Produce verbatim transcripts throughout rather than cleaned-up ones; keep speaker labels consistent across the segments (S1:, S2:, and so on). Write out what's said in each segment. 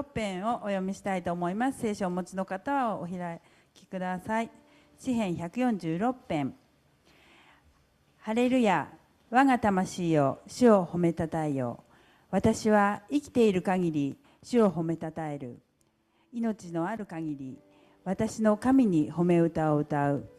S1: ろく編をお読みしたいと思います。聖書をお持ちの方はお開きください。詩編ひゃくよんじゅうろく編。ハレルヤ、我が魂よ、主を褒めたたえよ。私は生きている限り主を褒めたたえる。命のある限り私の神に褒め歌を歌う。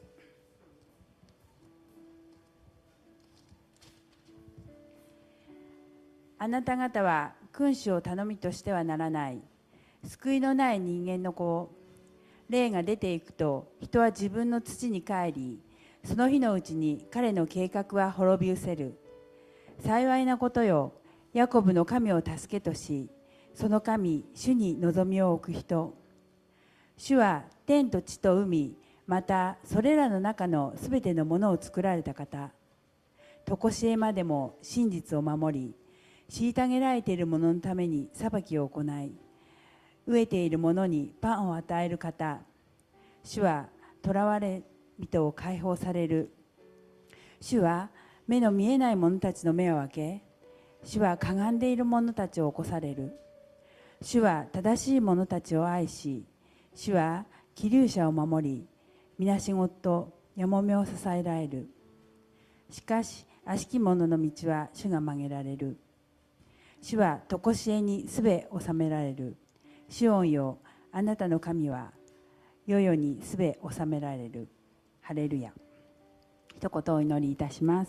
S1: あなた方は君主を頼みとしてはならない。救いのない人間の子、霊が出ていくと人は自分の土に帰り、その日のうちに彼の計画は滅び失せる。幸いなことよ、ヤコブの神を助けとし、その神主に望みを置く人。主は天と地と海、またそれらの中のすべてのものを作られた方。とこしえまでも真実を守り、虐げられている者のために裁きを行い、飢えている者にパンを与える方。主は囚われ人を解放される。主は目の見えない者たちの目を開け、主はかがんでいる者たちを起こされる。主は正しい者たちを愛し、主は気流者を守り、皆仕事とやもめを支えられる。しかし悪しき者の道は主が曲げられる。主はとこしえにすべ収められる。シオンよ、あなたの神は世々にすべ収められる。ハレルヤ。一言お祈りいたします。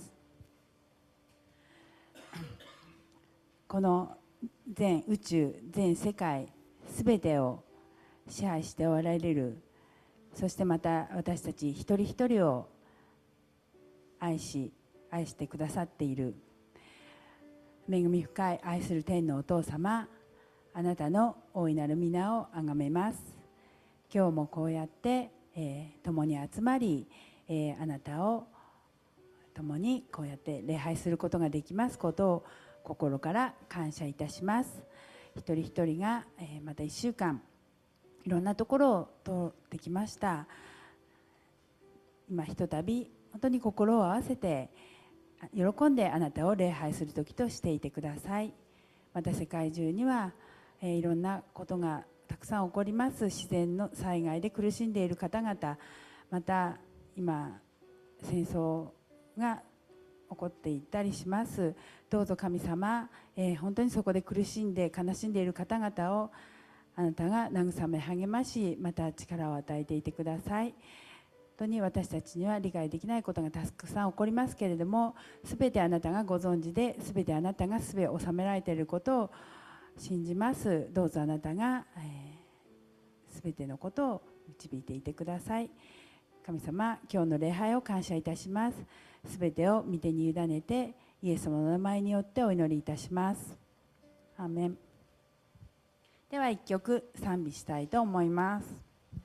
S1: この全宇宙全世界すべてを支配しておられる、そしてまた私たち一人一人を愛し愛してくださっている恵み深い愛する天のお父様、あなたの大いなる皆をあがめます。今日もこうやって、えー、共に集まり、えー、あなたを共にこうやって礼拝することができますことを心から感謝いたします。一人一人が、えー、またいっしゅうかんいろんなところを通ってきました。今ひとたび本当に心を合わせて喜んであなたを礼拝する時としていてください。また世界中には、えー、いろんなことがたくさん起こります。自然の災害で苦しんでいる方々、また今戦争が起こっていったりします。どうぞ神様、えー、本当にそこで苦しんで悲しんでいる方々をあなたが慰め励まし、また力を与えていてください。本当に私たちには理解できないことがたくさん起こりますけれども、すべてあなたがご存知で、すべてあなたがすべを収められていることを信じます。どうぞあなたが、えー、すべてのことを導いていてください。神様、今日の礼拝を感謝いたします。すべてを御手に委ねて、イエス様の名前によってお祈りいたします。アーメン。では一曲賛美したいと思います。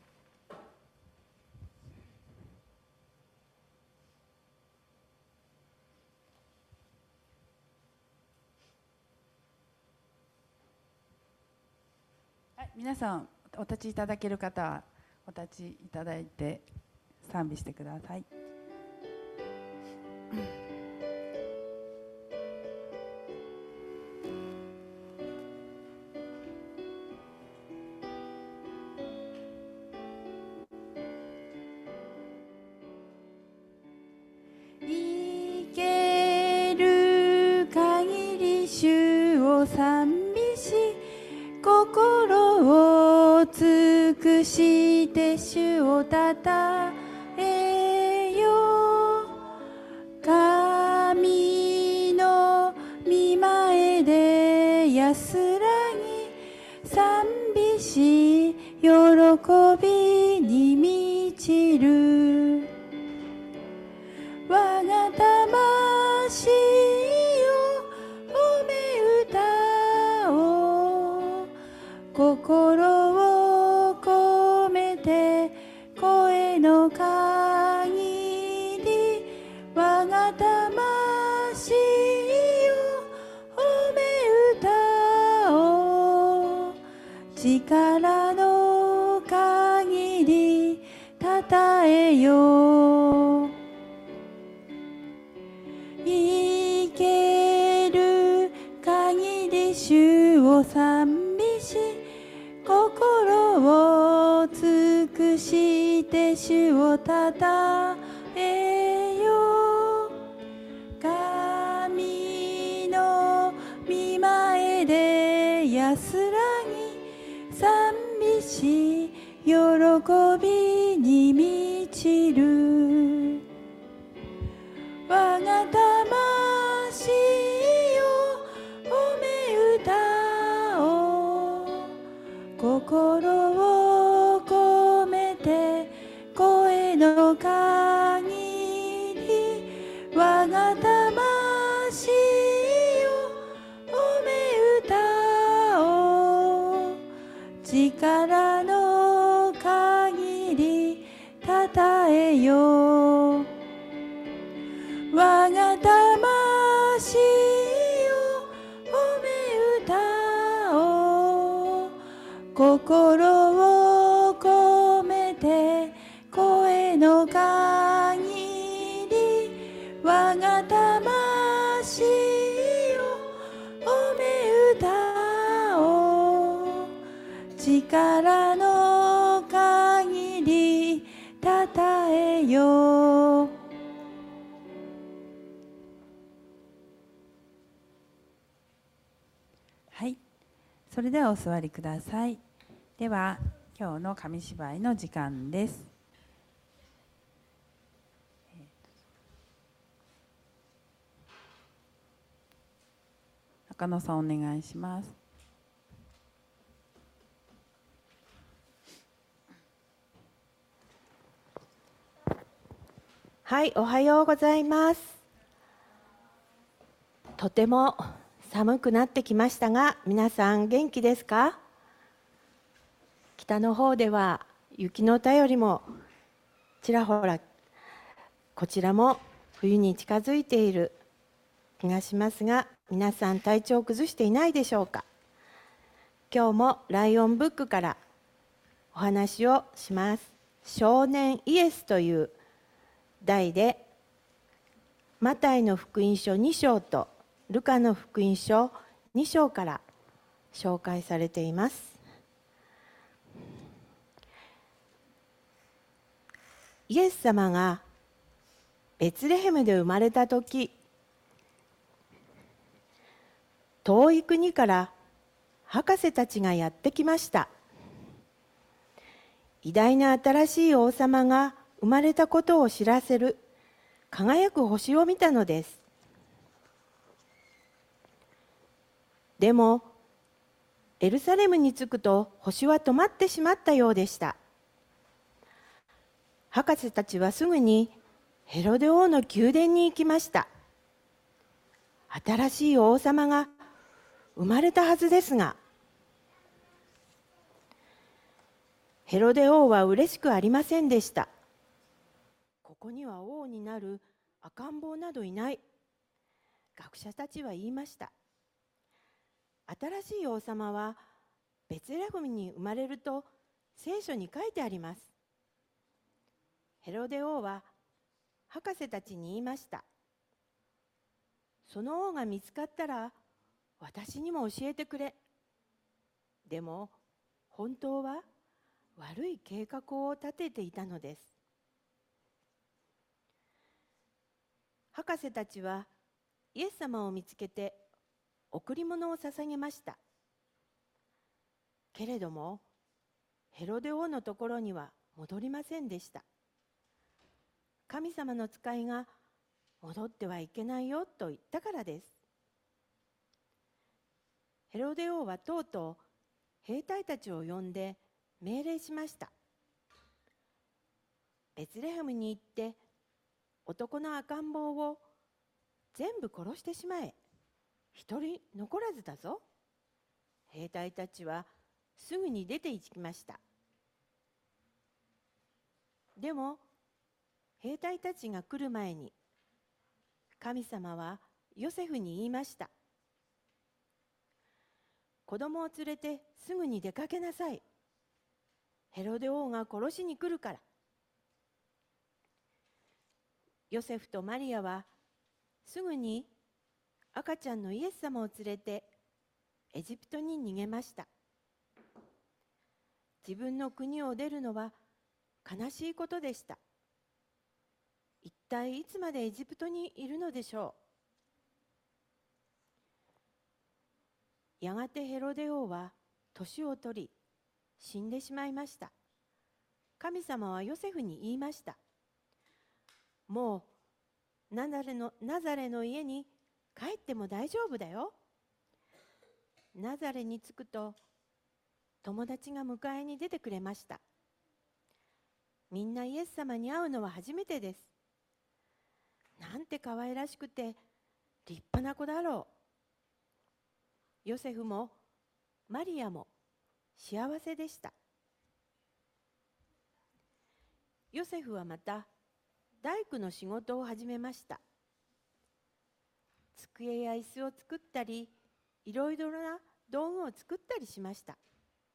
S1: はい、皆さんお立ちいただける方はお立ちいただいて賛美してください。生ける限り主を賛美し、心を尽くして主をたたえよ。神の御前で安らぎ賛美し、喜びに満ちる。我が魂よ、褒め歌おう。心を込めて声の限り、我が魂よ、褒め歌おう。力の限りたたえよう。生ける限り主を賛美し、 して主をたたえよ。神の御前で安らぎ賛美し喜びに満ちる。我が魂よ褒め歌おう。心を込めて声の限り我が魂よ褒め歌おう。力の限りたたえよう。我が魂よ褒め歌おう。心を込めて声の限り我が魂よ褒め歌おう。力の限りたたえよう。はい、それではお座りください。では今日の紙芝居の時間です。中野さんお願いします。
S2: はい、おはようございます。とても寒くなってきましたが、皆さん元気ですか？北の方では雪の便りもちらほら、こちらも冬に近づいている気がしますが、皆さん体調を崩していないでしょうか？今日もライオンブックからお話をします。少年イエスという題で、マタイの福音書に章とルカの福音書に章から紹介されています。イエス様がベツレヘムで生まれたとき、遠い国から博士たちがやってきました。偉大な新しい王様が生まれたことを知らせる輝く星を見たのです。でもエルサレムに着くと星は止まってしまったようでした。博士たちはすぐにヘロデ王の宮殿に行きました。新しい王様が生まれたはずですが、ヘロデ王は嬉しくありませんでした。ここには王になる赤ん坊などいない。学者たちは言いました。新しい王様はベツレヘムに生まれると聖書に書いてあります。ヘロデ王は博士たちに言いました。その王が見つかったら私にも教えてくれ。でも本当は悪い計画を立てていたのです。博士たちはイエス様を見つけて贈り物を捧げました。けれどもヘロデ王のところには戻りませんでした。神様の使いが戻ってはいけないよと言ったからです。ヘロデ王はとうとう兵隊たちを呼んで命令しました。ベツレヘムに行って男の赤ん坊を全部殺してしまえ。一人残らずだぞ。兵隊たちはすぐに出て行きました。でも兵隊たちが来る前に神様はヨセフに言いました。子供を連れてすぐに出かけなさい。ヘロデ王が殺しに来るから。ヨセフとマリアはすぐに赤ちゃんのイエス様を連れてエジプトに逃げました。自分の国を出るのは悲しいことでした。一体いつまでエジプトにいるのでしょう。やがてヘロデ王は年を取り死んでしまいました。神様はヨセフに言いました。もうナザレの、ナザレの家に帰っても大丈夫だよ。ナザレに着くと友達が迎えに出てくれました。みんなイエス様に会うのは初めてです。なんて可愛らしくて立派な子だろう。ヨセフもマリアも幸せでした。ヨセフはまた大工の仕事を始めました。机や椅子を作ったり、いろいろな道具を作ったりしました。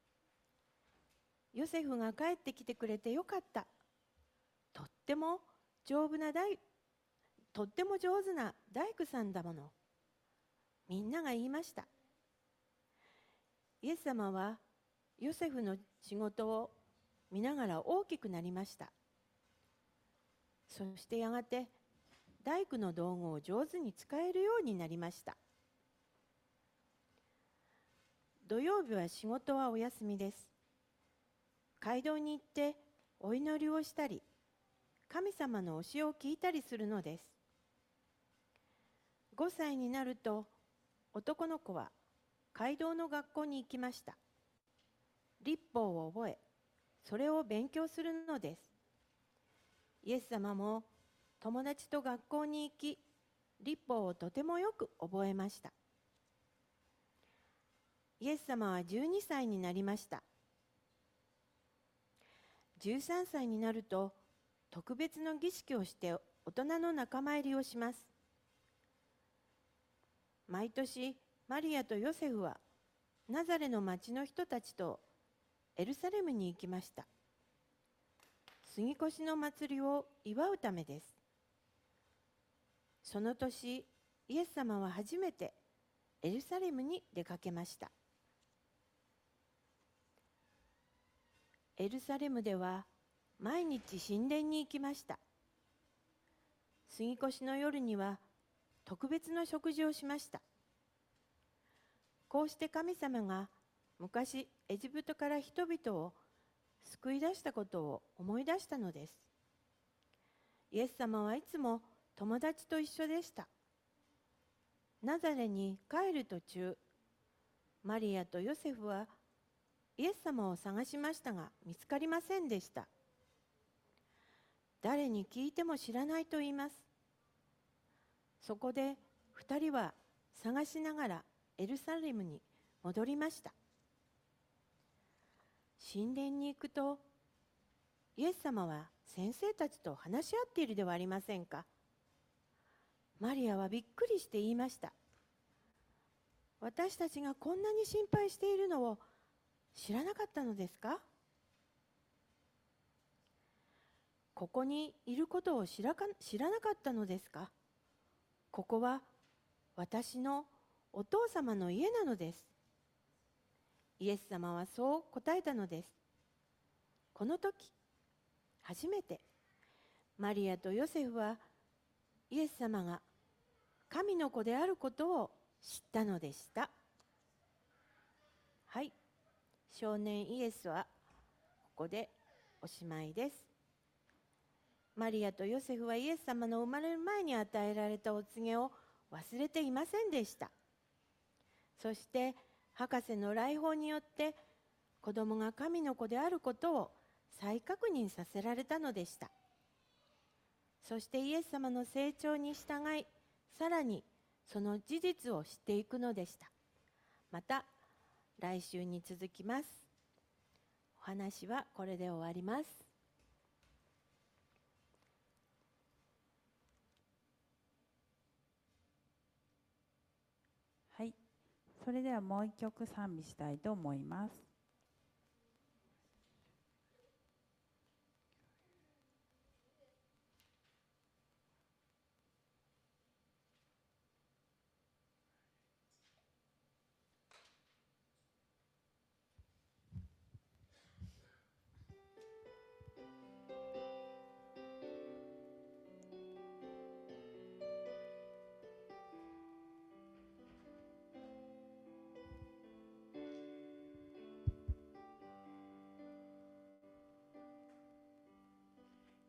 S2: ヨセフが帰ってきてくれてよかった。とっても丈夫な大とっても上手な大工さんだもの。みんなが言いました。イエス様はヨセフの仕事を見ながら大きくなりました。そしてやがて大工の道具を上手に使えるようになりました。土曜日は仕事はお休みです。街道に行ってお祈りをしたり、神様の教えを聞いたりするのです。ごさいになると男の子は街道の学校に行きました。律法を覚え、それを勉強するのです。イエス様も友達と学校に行き、律法をとてもよく覚えました。イエス様はじゅうにさいになりました。じゅうさんさいになると特別の儀式をして大人の仲間入りをします。毎年マリアとヨセフはナザレの町の人たちとエルサレムに行きました。杉越の祭りを祝うためです。その年、イエス様は初めてエルサレムに出かけました。エルサレムでは毎日神殿に行きました。杉越の夜には特別の食事をしました。こうして神様が昔エジプトから人々を救い出したことを思い出したのです。イエス様はいつも友達と一緒でした。ナザレに帰る途中、マリアとヨセフはイエス様を探しましたが見つかりませんでした。誰に聞いても知らないと言います。そこで二人は探しながらエルサレムに戻りました。神殿に行くと、イエス様は先生たちと話し合っているではありませんか。マリアはびっくりして言いました。私たちがこんなに心配しているのを知らなかったのですか。ここにいることを知らか、知らなかったのですか。ここは私のお父様の家なのです。イエス様はそう答えたのです。この時、初めてマリアとヨセフはイエス様が神の子であることを知ったのでした。はい、少年イエスはここでおしまいです。マリアとヨセフはイエス様の生まれる前に与えられたお告げを忘れていませんでした。そして博士の来訪によって子供が神の子であることを再確認させられたのでした。そしてイエス様の成長に従い、さらにその事実を知っていくのでした。また来週に続きます。お話はこれで終わります。
S1: はい、それではもう一曲賛美したいと思います。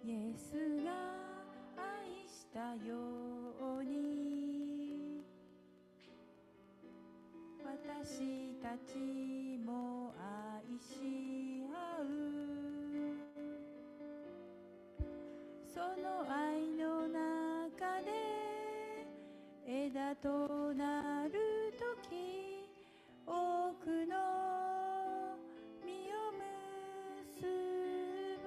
S1: イエスが愛したように私たちも愛し合う。その愛の中で枝となるとき多くの実を結ぶ。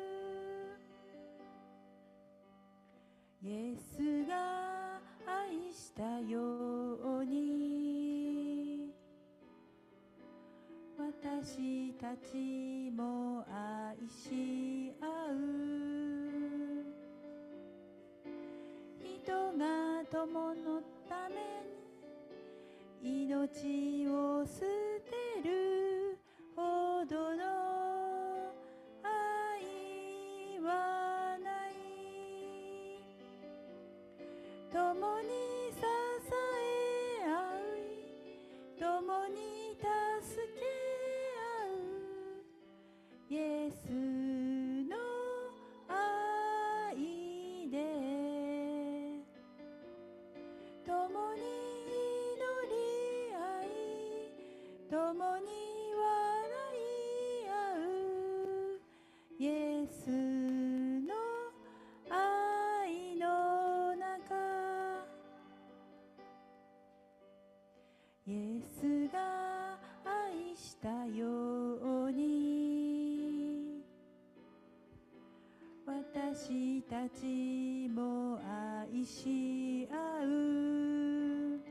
S1: イエスが愛したように私たちも愛し合う。人が友のために命を捨てるほどの愛はない。共に支え合い共に助け合うイエスの愛で共に祈り合い共に笑い合うイエスの愛の中。イエスが愛したように私たちも愛し合う。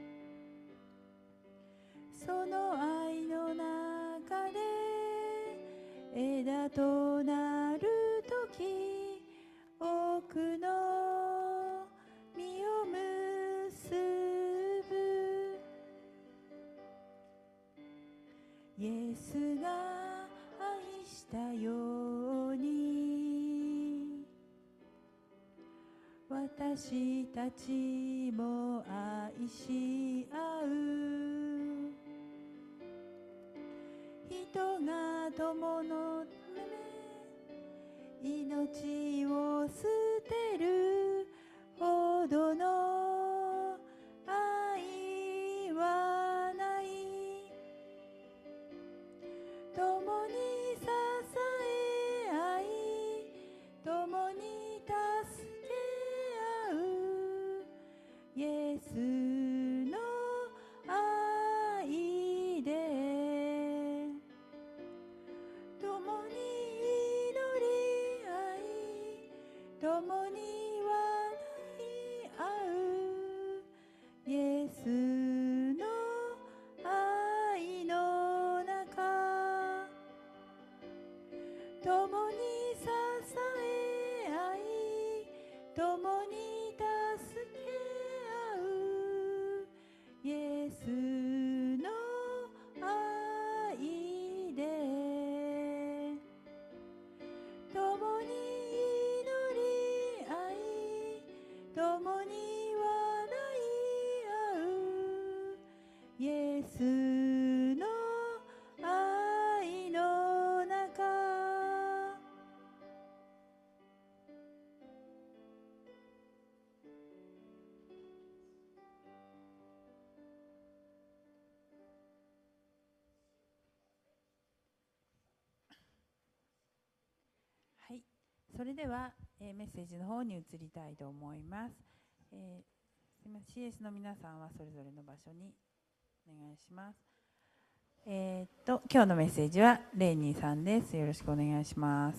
S1: その愛の中で枝となるとき多くの実を結ぶ。イエスが愛したように私たちも愛し合う。人が友のため命を捨てるほどの愛はない。共に支え合い共に助け合うイエスの愛で共に祈り合い共に笑い合うイエスの愛の中。共に支え合い共に助け合うイエスの愛で共に祈り合い共に笑い合うイエスの愛の中。はい、それでは、えー、メッセージの方に移りたいと思います。えー、すみません、シーエス の皆さんはそれぞれの場所にお願いします。えー、っと今日のメッセージはレイニーさんです。よろしくお願いします。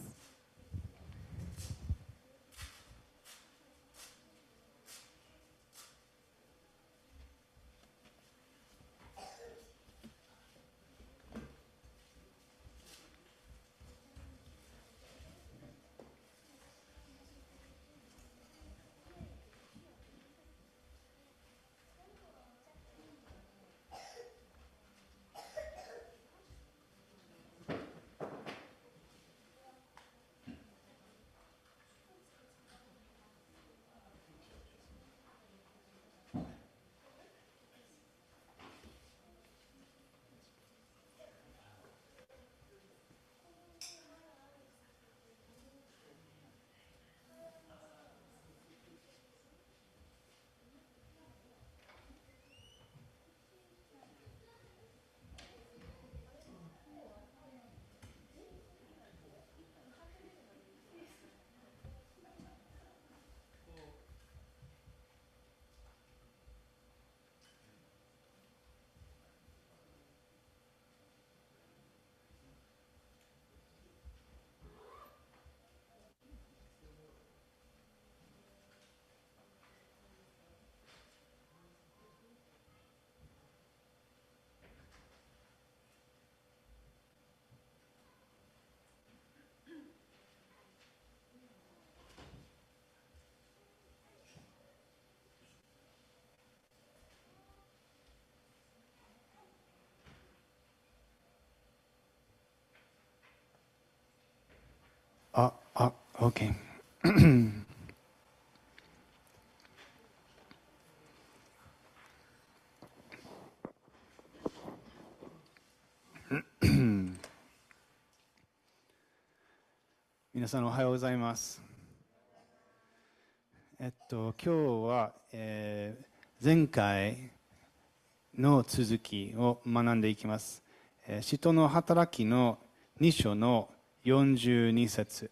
S3: OK 皆さんおはようございます。えっと今日は、えー、前回の続きを学んでいきます。えー、使徒の働きのに章のよんじゅうに節、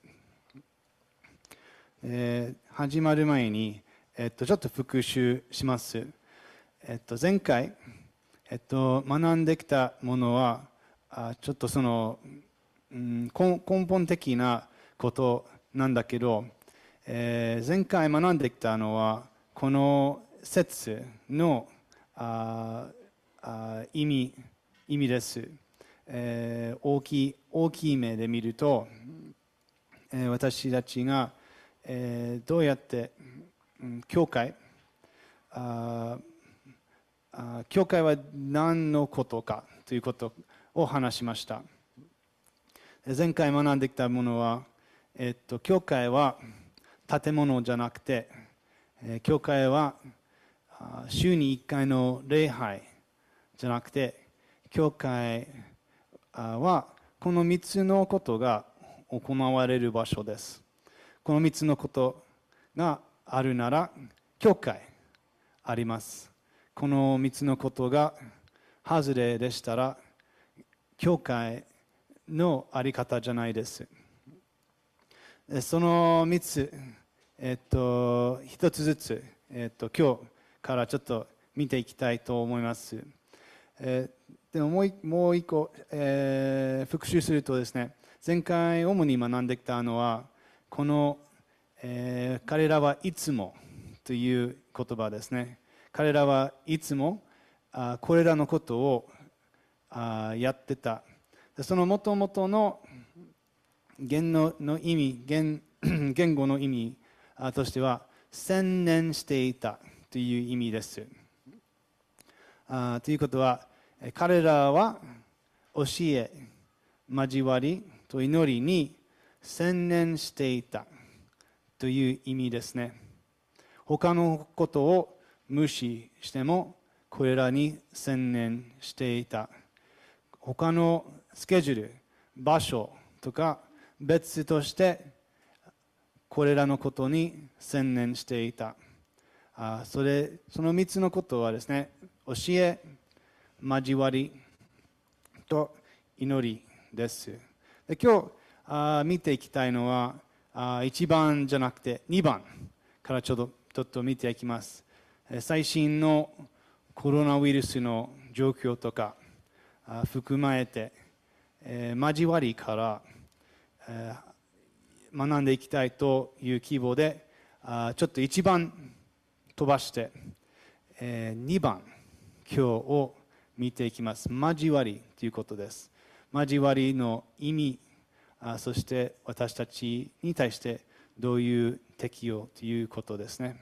S3: えー、始まる前に、えっと、ちょっと復習します。えっと、前回、えっと、学んできたものはあちょっとその、うん、根本的なことなんだけど、えー、前回学んできたのはこの説のああ意味意味です。えー、大きい大きい目で見ると、えー、私たちが、えー、どうやって、うん、教会ああ教会は何のことかということを話しました。前回学んできたものは、えっと、教会は建物じゃなくて、えー、教会は週にいっかいの礼拝じゃなくて、教会はこのみっつのことが行われる場所です。このみっつのことがあるなら教会あります。このみっつのことが外れでしたら教会のあり方じゃないです。そのみっつ、えっと、ひとつずつ、えっと、今日からちょっと見ていきたいと思います。えー、でももうもう一個、えー、復習するとですね、前回主に学んできたのはこの、えー、彼らはいつもという言葉ですね。彼らはいつもあこれらのことをあやってた。そのもともとの言語の意味 言, 言語の意味としては専念していたという意味です。あということは彼らは教え、交わりと祈りに専念していたという意味ですね。他のことを無視してもこれらに専念していた。他のスケジュール、場所とか別としてこれらのことに専念していた。あそれそのみっつのことはですね、教え、交わりと祈りです。で今日あ見ていきたいのはあいちばんじゃなくてにばんからちょっとちょっと見ていきます。最新のコロナウイルスの状況とか含まれて、えー、交わりから、えー、学んでいきたいという希望であちょっといちばん飛ばして、えー、にばん今日を見ていきます。交わりということです。交わりの意味、あそして私たちに対してどういう適用ということですね。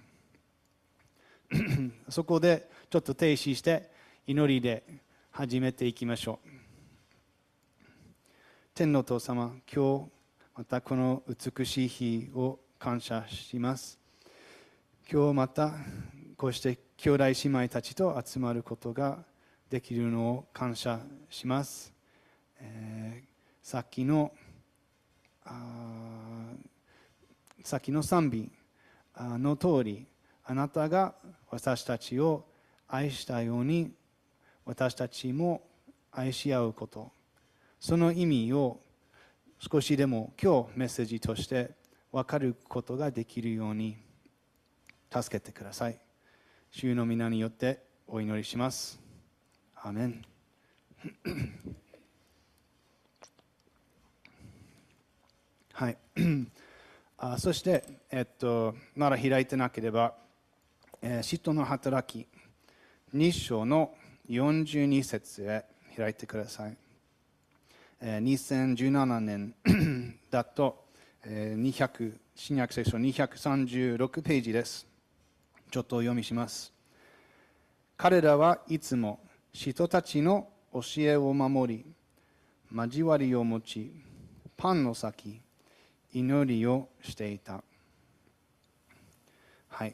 S3: そこでちょっと停止して祈りで始めていきましょう。天のお父様、今日またこの美しい日を感謝します。今日またこうして兄弟姉妹たちと集まることができるのを感謝します。えー、さっきのあさっきの賛美の通り、あなたが私たちを愛したように私たちも愛し合うこと、その意味を少しでも今日メッセージとして分かることができるように助けてください。主の皆によってお祈りします。アーメン。はい。あそして、えっと、まだ開いてなければ、えー、使徒の働きに章のよんじゅうに節へ開いてください。えー、にせんじゅうななねんだと、えー、にひゃく新約聖書にひゃくさんじゅうろくページです。ちょっとお読みします。彼らはいつも人たちの教えを守り、交わりを持ち、パンの先、 祈りをしていた。はい。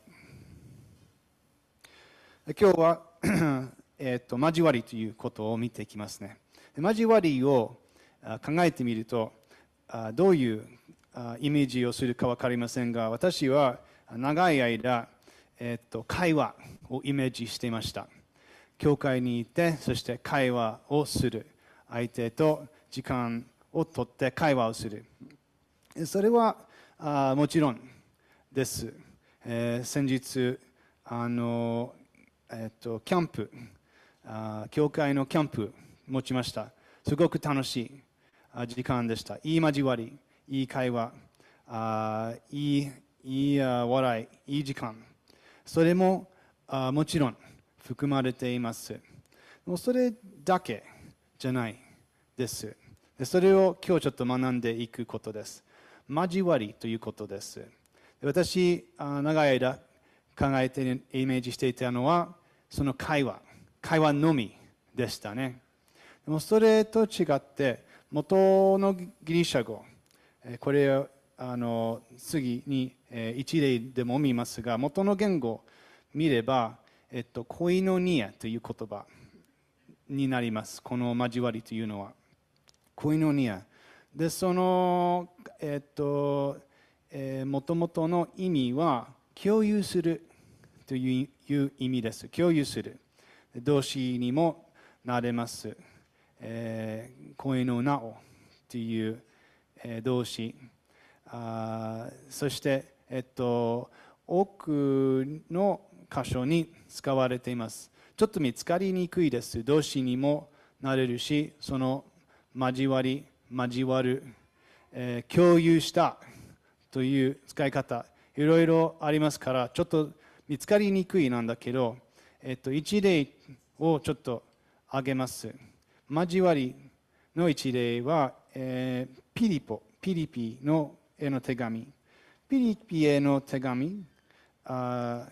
S3: 今日はえっと交わりということを見ていきますね。交わりを考えてみると、どういうイメージをするか分かりませんが、私は長い間、えっと、会話をイメージしていました。教会に行って、そして会話をする。相手と時間をとって会話をする。それはあもちろんです。えー、先日あの、えっと、キャンプあ、教会のキャンプ持ちました。すごく楽しい時間でした。いい交わり、いい会話、あいい、いい笑い、いい時間。それもあもちろん含まれています。それだけじゃないです。それを今日ちょっと学んでいくことです。交わりということです。私、長い間考えてイメージしていたのは、その会話、会話のみでしたね。でもそれと違って、元のギリシャ語、これをあの次に一例でも見ますが、元の言語を見れば、えっと、コイノニアという言葉になります。この交わりというのは。コイノニア。で、その、えっと、えー、元々の意味は、共有するという意味です。共有する。動詞にもなれます。えー、コイノナオという、えー、動詞。あそして、えっと、多くの箇所に使われています。ちょっと見つかりにくいです。動詞にもなれるし、その交わり、交わる、えー、共有したという使い方、いろいろありますから、ちょっと見つかりにくいなんだけど、えっと、一例をちょっと挙げます。交わりの一例は、えー、ピリポ、ピリピのへの手紙。ピリピへの手紙あ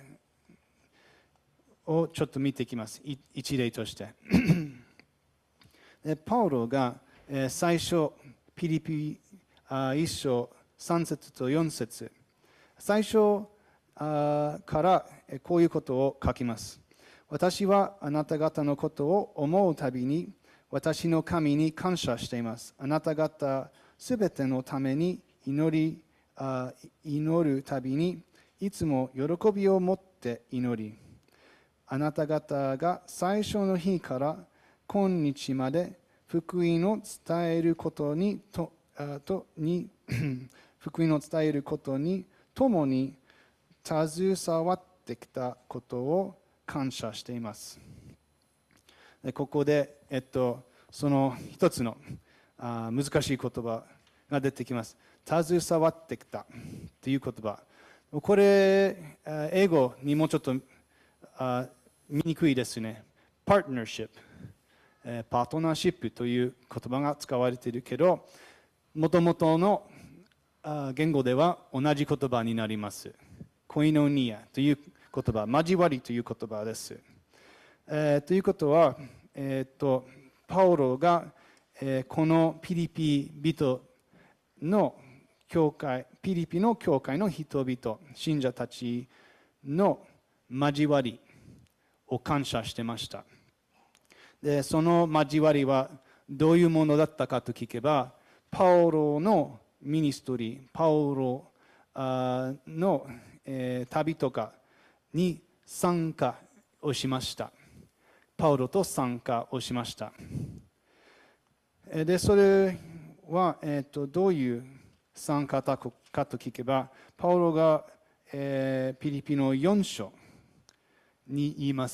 S3: をちょっと見ていきます。一例として。でパウロが最初、ピリピ一章三節と四節、最初からこういうことを書きます。私はあなた方のことを思うたびに、私の神に感謝しています。あなた方すべてのために祈り、祈るたびに、いつも喜びを持って祈り、あなた方が最初の日から今日まで福音を伝えることにととに福音を伝えることに共に携わってきたことを感謝しています。でここで、えっと、その一つのあ難しい言葉が出てきます。携わってきたという言葉。これ、英語にもちょっとあ見にくいですね。パートナーシップ、パートナーシップという言葉が使われているけど、もともとの言語では同じ言葉になります。コイノニアという言葉、交わりという言葉です。えー、ということは、えー、とパウロが、えー、このピリピ人の教会、ピリピの教会の人々、信者たちの交わりを感謝してました。で、その交わりはどういうものだったかと聞けば、パウロのミニストリー、パウロの、えー、旅とかに参加をしました。パウロと参加をしました。で、それは、えー、とどういう参加かと聞けば、パウロが、えー、ピリピのよん章に言います。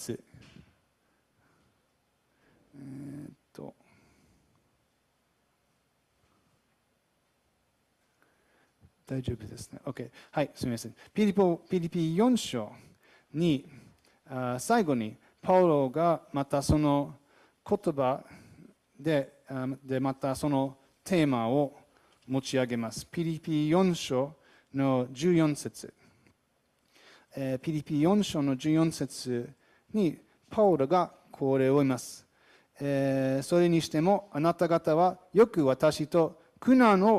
S3: えー、と大丈夫ですね。OK。はい、すみません。ピリポ、ピリピよん章に、あ最後に、パウロがまたその言葉で、でまたそのテーマを持ち上げます。ピリピよん章のじゅうよん節。えー、ピリピよん章のじゅうよん節に、パウロがこれを言います。えー、それにしても、あなた方はよく私と苦難を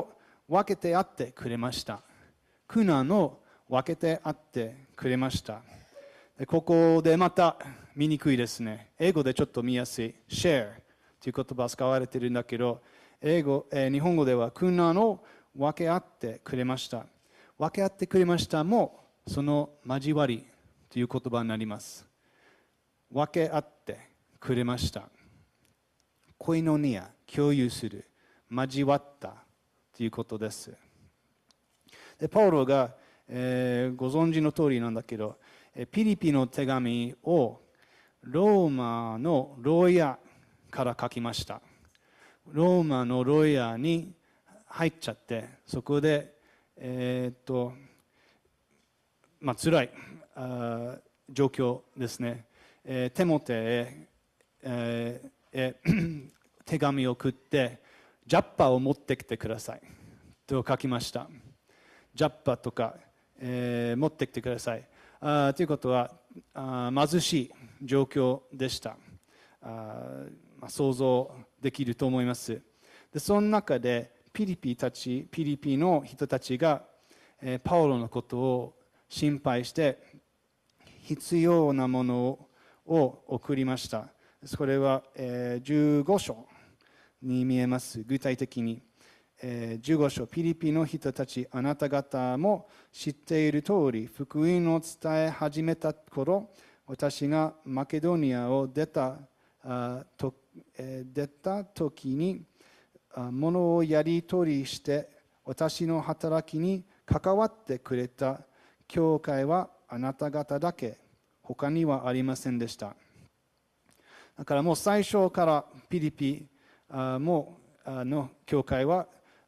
S3: 分けてあってくれました。苦難を分けてあってくれました。でここでまた見にくいですね。英語でちょっと見やすい share という言葉が使われているんだけど、英語、えー、日本語では苦難を分け合ってくれました。分け合ってくれましたもその交わりという言葉になります。分け合ってくれました。コイノニア、共有する、交わったということです。でパウロが、えー、ご存知の通りなんだけど、ピリピの手紙をローマの牢屋から書きました。ローマの牢屋に入っちゃって、そこで、えー、っと、まあ、辛いあ状況ですね。えー、テモテへ、えーえー、手紙を送って、ジャッパを持ってきてくださいと書きました。ジャッパとか、えー、持ってきてください。あということはあ貧しい状況でした。あ、まあ、想像できると思います。でその中でピリピたちピリピの人たちが、えー、パウロのことを心配して必要なものを送りました。それは、えー、じゅうご章に見えます。具体的にじゅうご章、ピリピの人たち、あなた方も知っている通り、福音を伝え始めた頃、私がマケドニアを出たと出た時に、物をやり取りして、私の働きに関わってくれた教会はあなた方だけ、他にはありませんでした。だからもう最初からピリピもの教会は、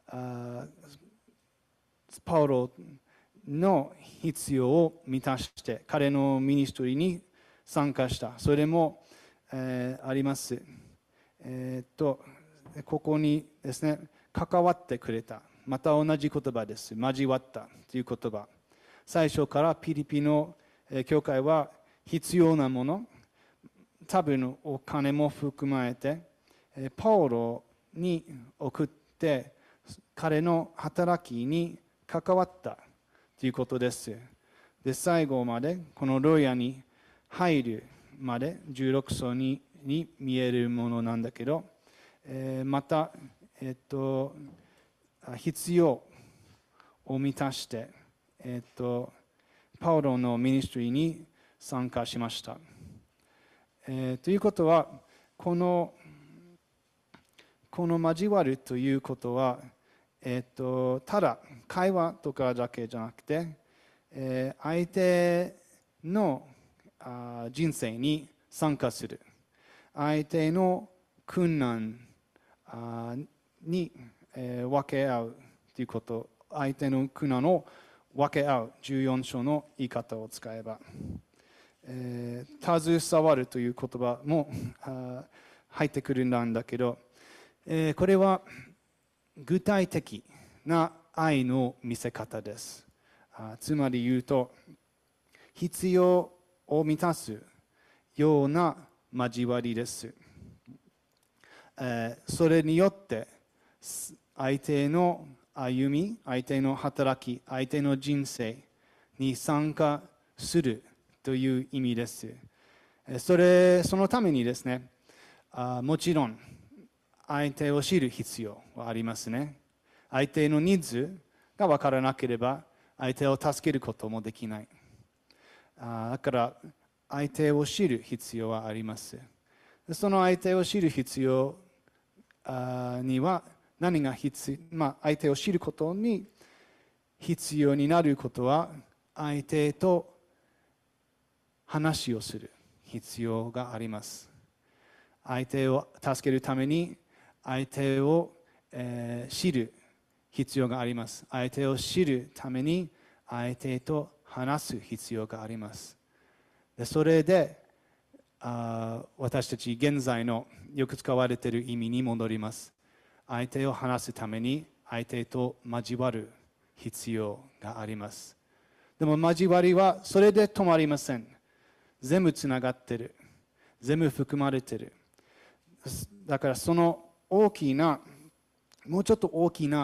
S3: パウロの必要を満たして彼のミニストリーに参加した。それも、えー、あります。えー、っとここにですね、関わってくれた。また同じ言葉です。交わったという言葉。最初からピリピの教会は必要なもの、多分お金も含まれて、パウロに送って彼の働きに関わったということです。で、最後までこの牢屋に入るまでじゅうろく章にに見えるものなんだけど、えー、また、えっと、必要を満たして、えっと、パウロのミニストリーに参加しました。えー、ということは、このこの交わるということは、えっと、ただ会話とかだけじゃなくて、えー、相手のあ人生に参加する。相手の苦難あに、えー、分け合うということ。相手の苦難を分け合う。じゅうよん章の言い方を使えば。えー、携わるという言葉もあ入ってくるんだけど、えー、これは具体的な愛の見せ方です。あつまり言うと、必要を満たすような交わりです。えー、それによって相手の歩み、相手の働き、相手の人生に参加するという意味です。それ、そのためにですね、あもちろん相手を知る必要はありますね。相手のニーズが分からなければ相手を助けることもできない。あだから相手を知る必要はあります。その相手を知る必要には何が必要、まあ、相手を知ることに必要になることは、相手と話をする必要があります。相手を助けるために相手を、えー、知る必要があります。相手を知るために相手と話す必要があります。でそれであ私たち現在のよく使われている意味に戻ります。相手を話すために相手と交わる必要があります。でも交わりはそれで止まりません。全部つながっている。全部含まれている。だからその大きな、もうちょっと大きな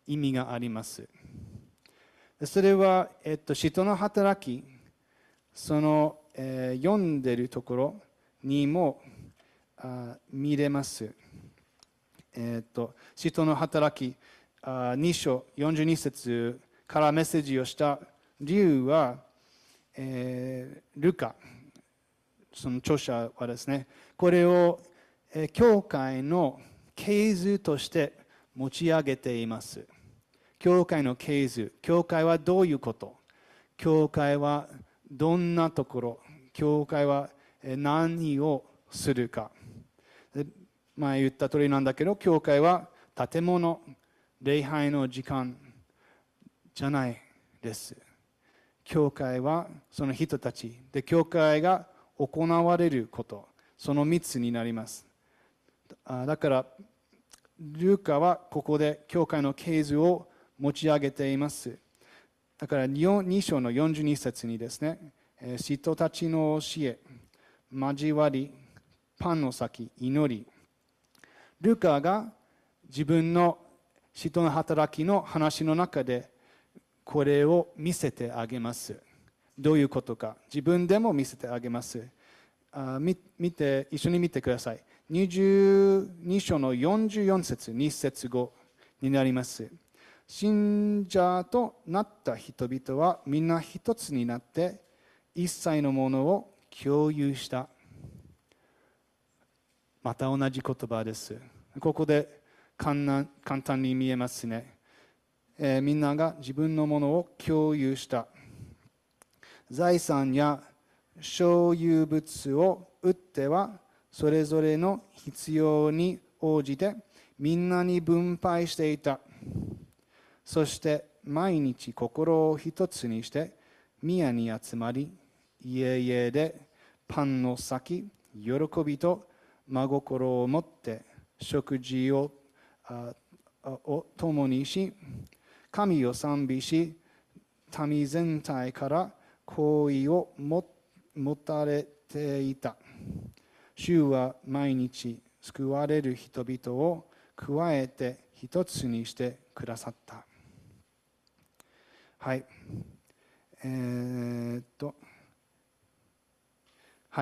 S3: 意味があります。それは、えっと、使徒の働き、その、えー、読んでいるところにもあ見れます。えっと、使徒の働きあに章よんじゅうに節からメッセージをした理由は、えー、ルカ、その著者はですね、これを、えー、教会の系図として持ち上げています。教会の系図、教会はどういうこと、教会はどんなところ、教会は何をするか。前言った通りなんだけど、教会は建物、礼拝の時間じゃないです。教会はその人たちで、教会が行われること、そのみっつになります。だからルカはここで教会の系図を持ち上げています。だからに章のよんじゅうに節にですね、使徒たちの教え、交わり、パンの先、祈り、ルカが自分の使徒の働きの話の中でこれを見せてあげます。どういうことか自分でも見せてあげます。あ見見て一緒に見てください。にじゅうに章のよんじゅうよん節、に節後になります。信者となった人々はみんな一つになって一切のものを共有した。また同じ言葉です。ここで簡単に見えますね、えー、みんなが自分のものを共有した。財産や所有物を売ってはそれぞれの必要に応じてみんなに分配していた。そして毎日心を一つにして宮に集まり、家々でパンの先、喜びと真心を持って食事をを共にし、神を賛美し、民全体から好意を持たれていた。主は毎日救われる人々を加えて一つにしてくださった。はい。えー、っと。はい。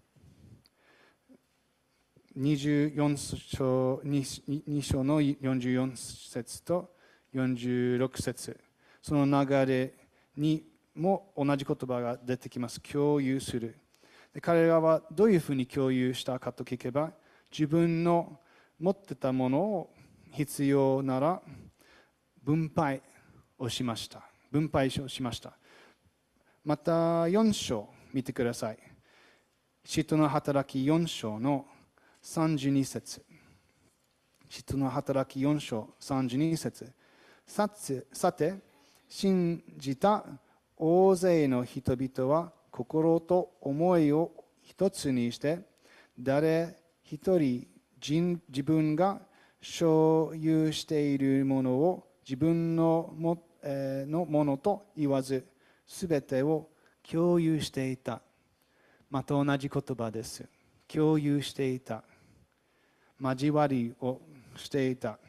S3: にじゅうよん章、に章のよんじゅうよん節とよんじゅうろく節、その流れにも同じ言葉が出てきます。共有する。で彼らはどういうふうに共有したかと聞けば、自分の持ってたものを必要なら分配をしました。分配をしました。またよん章見てください。使徒の働きよん章のさんじゅうに節。使徒の働きよん章さんじゅうに節。さて、さて信じた大勢の人々は心と思いを一つにして、誰一人自分が所有しているものを自分のも、えー、のものと言わず、すべてを共有していた。また同じ言葉です。共有していた。交わりをしていた。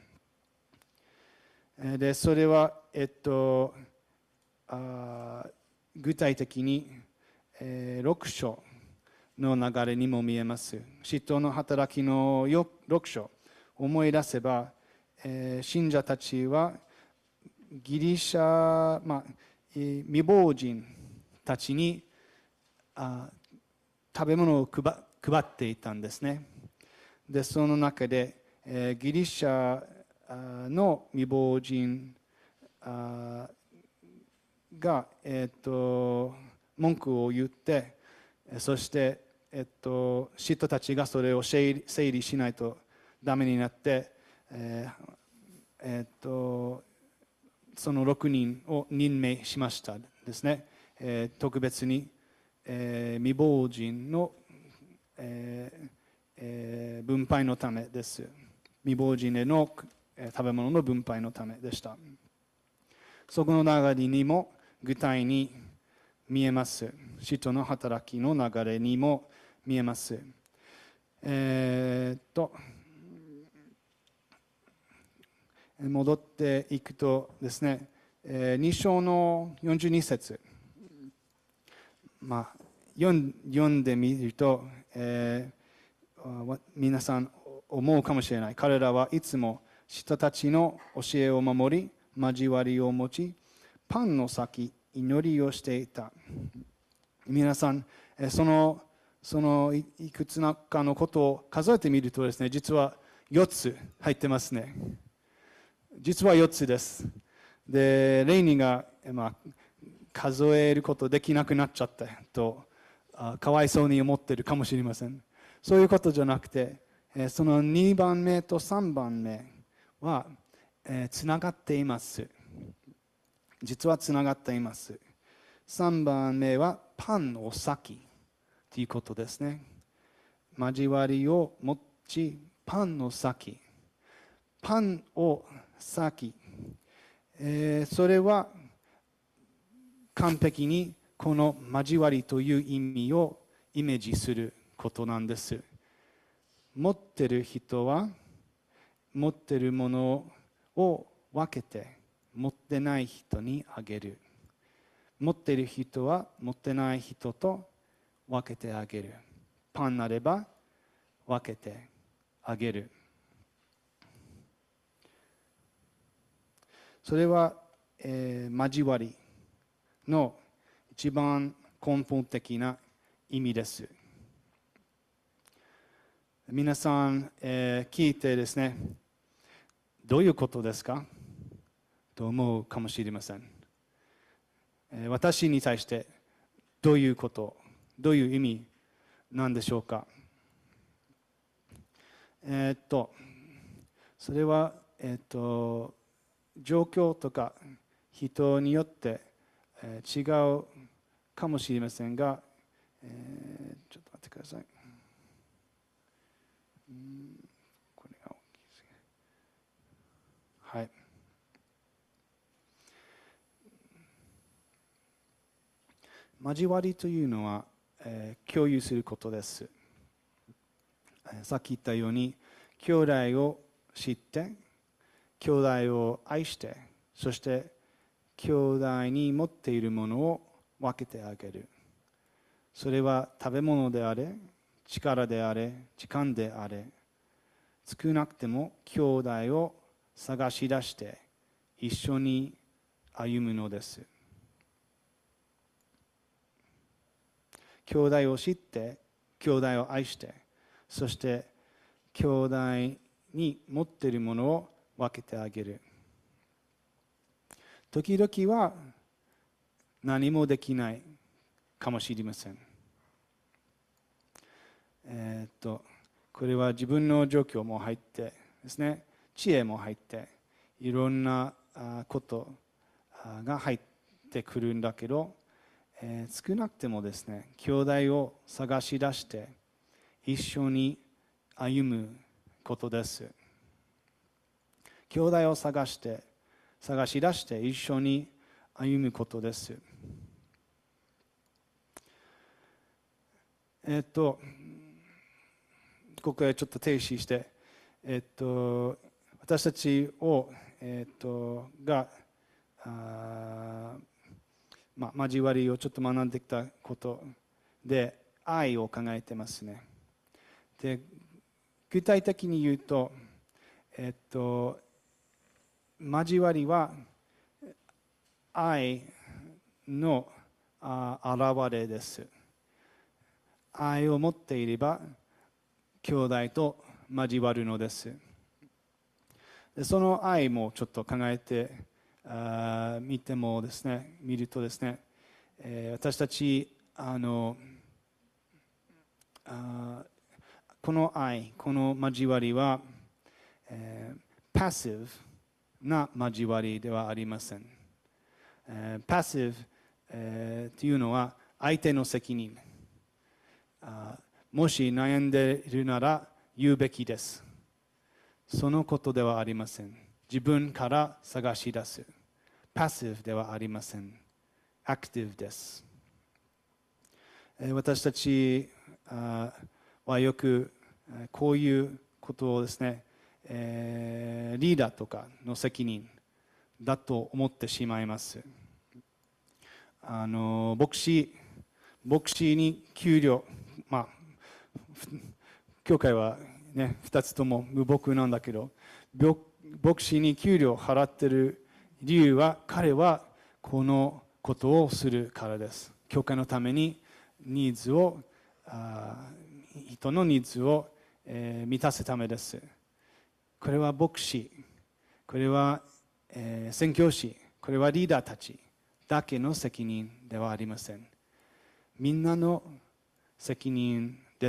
S3: で、それは、えっと、あ具体的に、えー、ろく章の流れにも見えます。使徒の働きのろく章、思い出せば、えー、信者たちはギリシャ、まあ、未亡人たちにあ食べ物を配っていたんですね。で、その中で、えー、ギリシャの未亡人が、えー、と文句を言って、そして、えー、と使徒たちがそれを整理、整理しないとダメになって、えーえー、とそのろくにんを任命しましたですね。えー、特別に、えー、未亡人の、えーえー、分配のためです。未亡人への食べ物の分配のためでした。そこの流れにも具体に見えます。使徒の働きの流れにも見えます。えー、っと戻っていくとですね、に章のよんじゅうに節、まあ、読んでみると、えー、皆さん思うかもしれない。彼らはいつも人たちの教えを守り、交わりを持ち、パンの先、祈りをしていた。皆さん、その、そのいくつかのことを数えてみるとですね、実はよっつ入ってますね。実はよっつです。で、レイニーが、まあ、数えることできなくなっちゃったと、あかわいそうに思っているかもしれません。そういうことじゃなくて、そのにばんめとさんばんめは、えー、つながっています。実はつながっています。さんばんめはパンを先ということですね。交わりを持ち、パンの先。パンを先。えー、それは完璧にこの交わりという意味をイメージすることなんです。持っている人は持っているものを分けて持ってない人にあげる。持っている人は持ってない人と分けてあげる。パンなれば分けてあげる。それは、えー、交わりの一番根本的な意味です。皆さん、えー、聞いてですね、どういうことですかと思うかもしれません。えー、私に対してどういうこと、どういう意味なんでしょうか。えー、っと、それは、えー、っと、状況とか人によって、えー、違うかもしれませんが、えー、ちょっと待ってください。うん、これが大きいですね。はい。交わりというのは、えー、共有することです。さっき言ったように、兄弟を知って、兄弟を愛して、そして兄弟に持っているものを分けてあげる。それは食べ物であれ、力であれ、時間であれ、少なくても兄弟を探し出して一緒に歩むのです。兄弟を知って、兄弟を愛して、そして兄弟に持っているものを分けてあげる。時々は何もできないかもしれません。えー、っとこれは自分の状況も入ってですね、知恵も入って、いろんなことが入ってくるんだけど、えー、少なくてもですね、兄弟を探し出して一緒に歩むことです。兄弟を探して探し出して一緒に歩むことです。えっとここへちょっと停止して、えっと私たちをえっとがあまあ、交わりをちょっと学んできたことで愛を考えてますね。で、具体的に言うと、えっと、交わりは愛の現れです。愛を持っていれば兄弟と交わるのです。でその愛もちょっと考えてあ見てもですね、見るとですね、えー、私たちあのあこの愛、この交わりは、えー、パッシブな交わりではありません。えー、パッシブ、えー、というのは相手の責任。あもし悩んでいるなら言うべきです。そのことではありません。自分から探し出す。パッシブではありません。アクティブです。私たちはよくこういうことをですね、 えー、リーダーとかの責任だと思ってしまいます。あの牧師牧師に給料、まあ教会はねふたつとも無牧なんだけど、牧師に給料を払っている理由は、彼はこのことをするからです。教会のためにニーズをあ人のニーズを、えー、満たすためです。これは牧師、これは、えー、宣教師、これはリーダーたちだけの責任ではありません。みんなの責任です。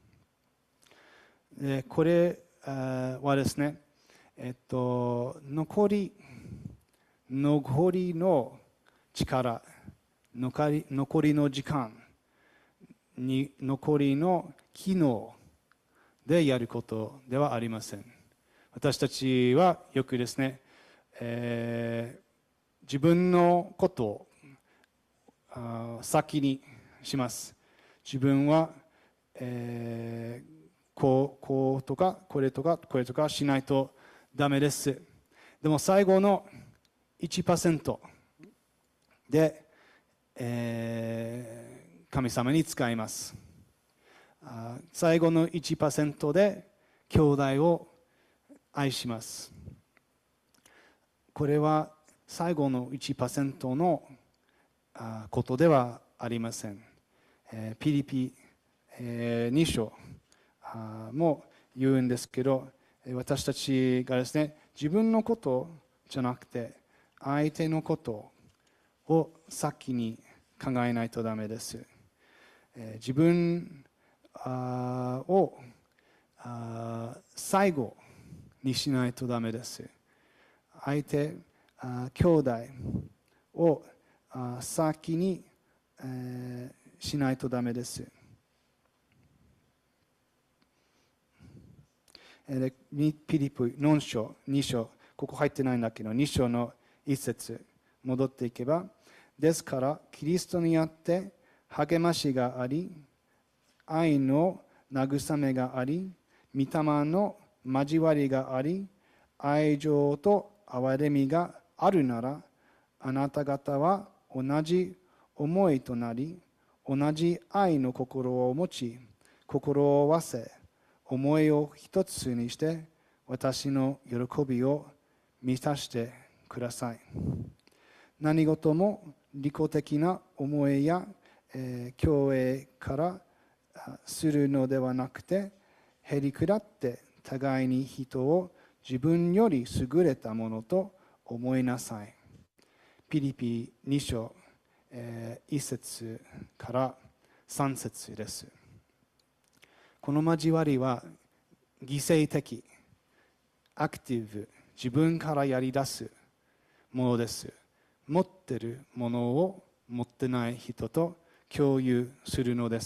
S3: でこれはですね、えっと、残り残りの力、残り残りの時間に、残りの機能でやることではありません。私たちはよくですね、えー、自分のことをあ先にします。自分は、えー、こう、こうとかこれとかこれとかしないとダメです。でも最後の いちパーセント で、えー、神様に使います。あ最後の いちパーセント で兄弟を愛します。これは最後の いちパーセント のことではありません。えー、ピリピ、えー、に章も言うんですけど、私たちがですね、自分のことじゃなくて相手のことを先に考えないとダメです。えー、自分あをあ最後にしないとダメです。相手、あ兄弟をあ先に、えー、しないとダメです。えー、ピリピよん章、に章、ここ入ってないんだけど、に章の一節、戻っていけば、ですから、キリストにあって励ましがあり、愛の慰めがあり、御霊の交わりがあり、愛情と憐れみがあるなら、あなた方は同じ思いとなり、同じ愛の心を持ち、心を合わせ、思いを一つにして、私の喜びを満たしてください。何事も利己的な思いや、えー、共栄からするのではなくて、へりくだって互いに人を自分より優れたものと思いなさい。ピリピに章、えー、いち節からさん節です。この交わりは犠牲的、アクティブ、自分からやり出すものです。持っているものを持ってない人と共有するのです。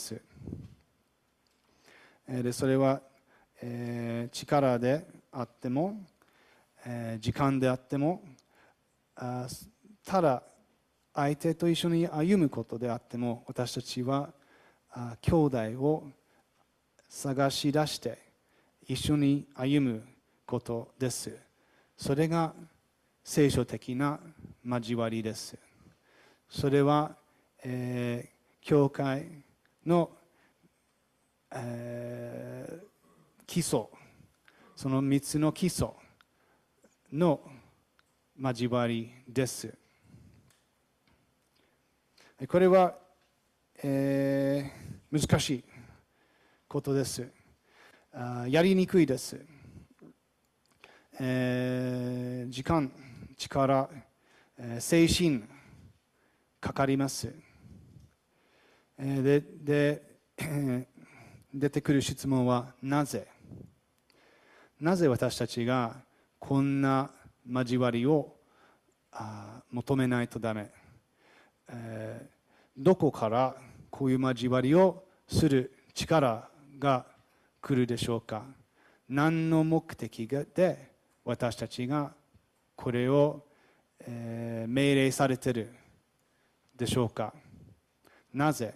S3: でそれは、えー、力であっても、えー、時間であっても、あただ相手と一緒に歩むことであっても、私たちはあ兄弟を探し出して一緒に歩むことです。それが聖書的な交わりです。それは、えー、教会のえー、基礎、そのみっつの基礎の交わりです。これは、えー、難しいことです。あやりにくいです。えー、時間、力、えー、精神かかります。えー、でで、えー出てくる質問はなぜなぜ私たちがこんな交わりをあ求めないとダメ、えー、どこからこういう交わりをする力が来るでしょうか。何の目的で私たちがこれを、えー、命令されているでしょうか。なぜ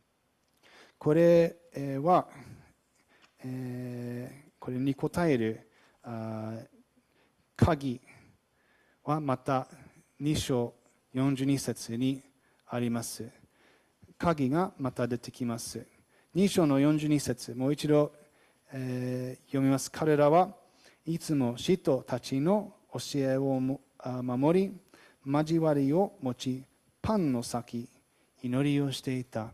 S3: これは、えー、これに答えるあ鍵はまたに章よんじゅうに節にあります。鍵がまた出てきます。に章のよんじゅうに節、もう一度、えー、読みます。彼らはいつも使徒たちの教えを守り、交わりを持ち、パンの先、祈りをしていた。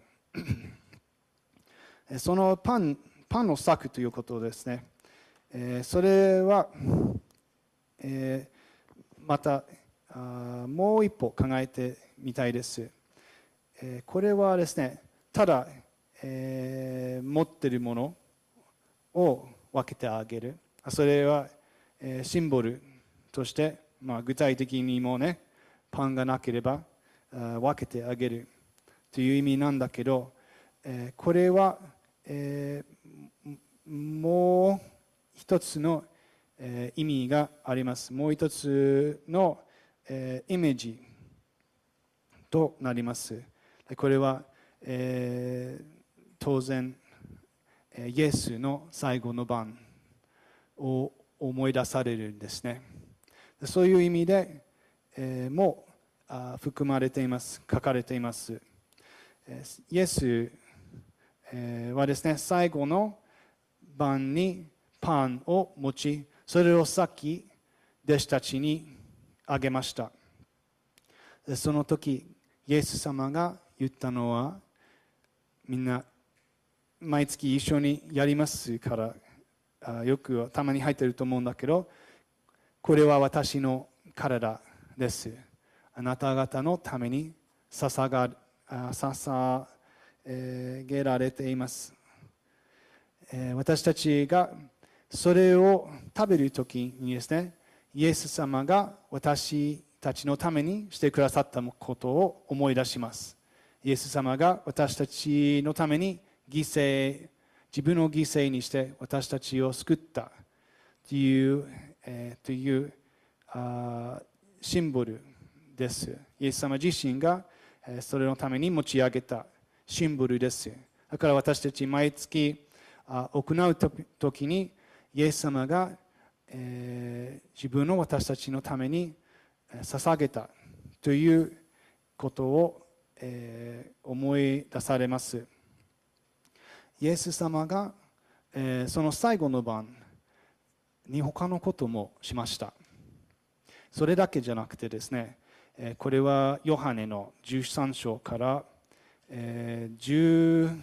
S3: そのパン、パンの先ということですね。えー、それは、えー、またあもう一歩考えてみたいです。えー、これはですね、ただ、えー、持っているものを分けてあげる。それは、えー、シンボルとして、まあ、具体的にもね、パンがなければ分けてあげるという意味なんだけど、えー、これは、えー、もう一つの、えー、意味があります。もう一つの、えー、イメージとなります。これは、えー、当然イエスの最後の晩を思い出されるんですね。そういう意味で、えー、もう含まれています。書かれています。イエスはですね、最後の晩にパンを持ち、それを先弟子たちにあげました。その時、イエス様が言ったのは、みんな毎月一緒にやりますから、よくたまに入っていると思うんだけど、これは私の体です。あなた方のために捧が捧げられています。私たちがそれを食べるときにですね、イエス様が私たちのためにしてくださったことを思い出します。イエス様が私たちのために犠牲、自分を犠牲にして私たちを救ったという、えー、というあシンボルです。イエス様自身がそれのために持ち上げたシンボルです。だから私たち毎月行うときにイエス様が、えー、自分の私たちのために捧げたということを、えー、思い出されます。イエス様が、えー、その最後の晩に他のこともしました。それだけじゃなくてですね、えー、これはヨハネのじゅうさん章から、えー、10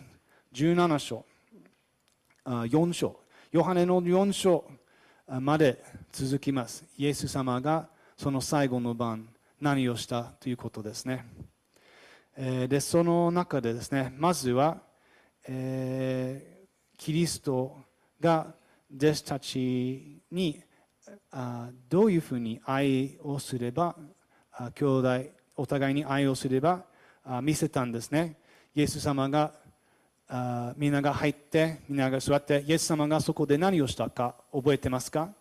S3: 17章あよん章、ヨハネのよん章まで続きます。イエス様がその最後の晩何をしたということですね。でその中でですね、まずは、えー、キリストが弟子たちにあどういうふうに愛をすれば、あ兄弟お互いに愛をすればあ見せたんですね。イエス様があみんなが入ってみんなが座って、イエス様がそこで何をしたか覚えてますか？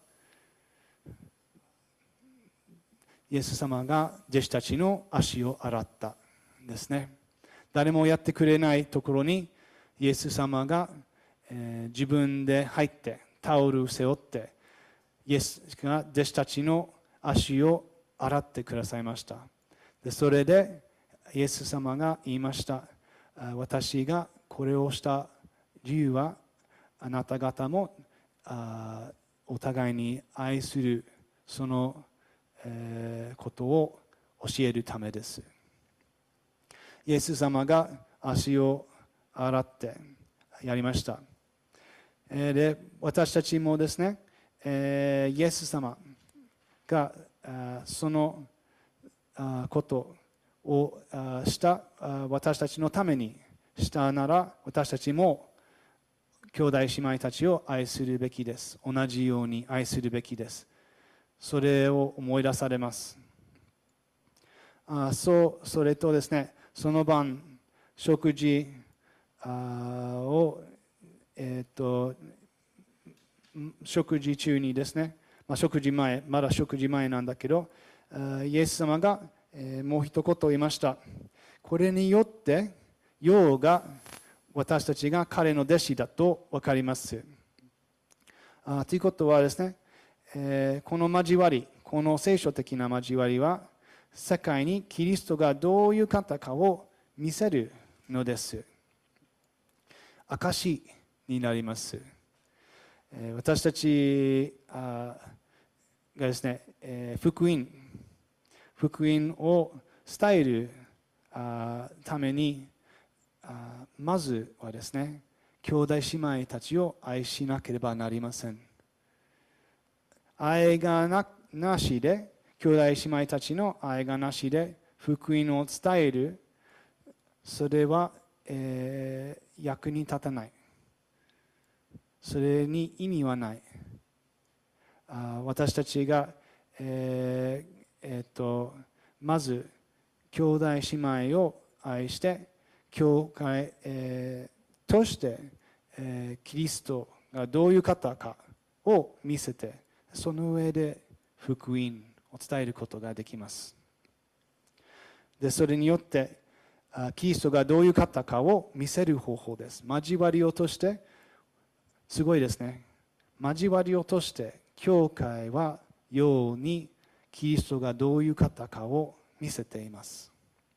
S3: イエス様が弟子たちの足を洗ったんですね。誰もやってくれないところにイエス様が、えー、自分で入ってタオルを背負ってイエスが弟子たちの足を洗ってくださいました。でそれでイエス様が言いました。私がこれをした理由はあなた方もあお互いに愛するその、えー、ことを教えるためです。イエス様が足を洗ってやりました。えー、で私たちもですね、えー、イエス様があそのあことをあしたあ私たちのためにしたなら、私たちも兄弟姉妹たちを愛するべきです。同じように愛するべきです。それを思い出されます。あそうそれとですね、その晩食事あを、えー、と食事中にですね、まあ、食事前まだ食事前なんだけど、イエス様が、えー、もう一言言いました。これによって陽が私たちが彼の弟子だと分かります。あということはですね、 えー、この交わり、この聖書的な交わりは、世界にキリストがどういう方かを見せるのです。証になります。えー、私たちがですね、えー、福音、福音を伝えるために、まずはですね、兄弟姉妹たちを愛しなければなりません。愛が な, なしで、兄弟姉妹たちの愛がなしで福音を伝える、それは、えー、役に立たない。それに意味はない。あ私たちが、えーえー、とまず兄弟姉妹を愛して教会、えー、として、えー、キリストがどういう方かを見せて、その上で福音を伝えることができます。でそれによってキリストがどういう方かを見せる方法です。交わりをとして、すごいですね。交わりをとして教会はようにキリストがどういう方かを見せています。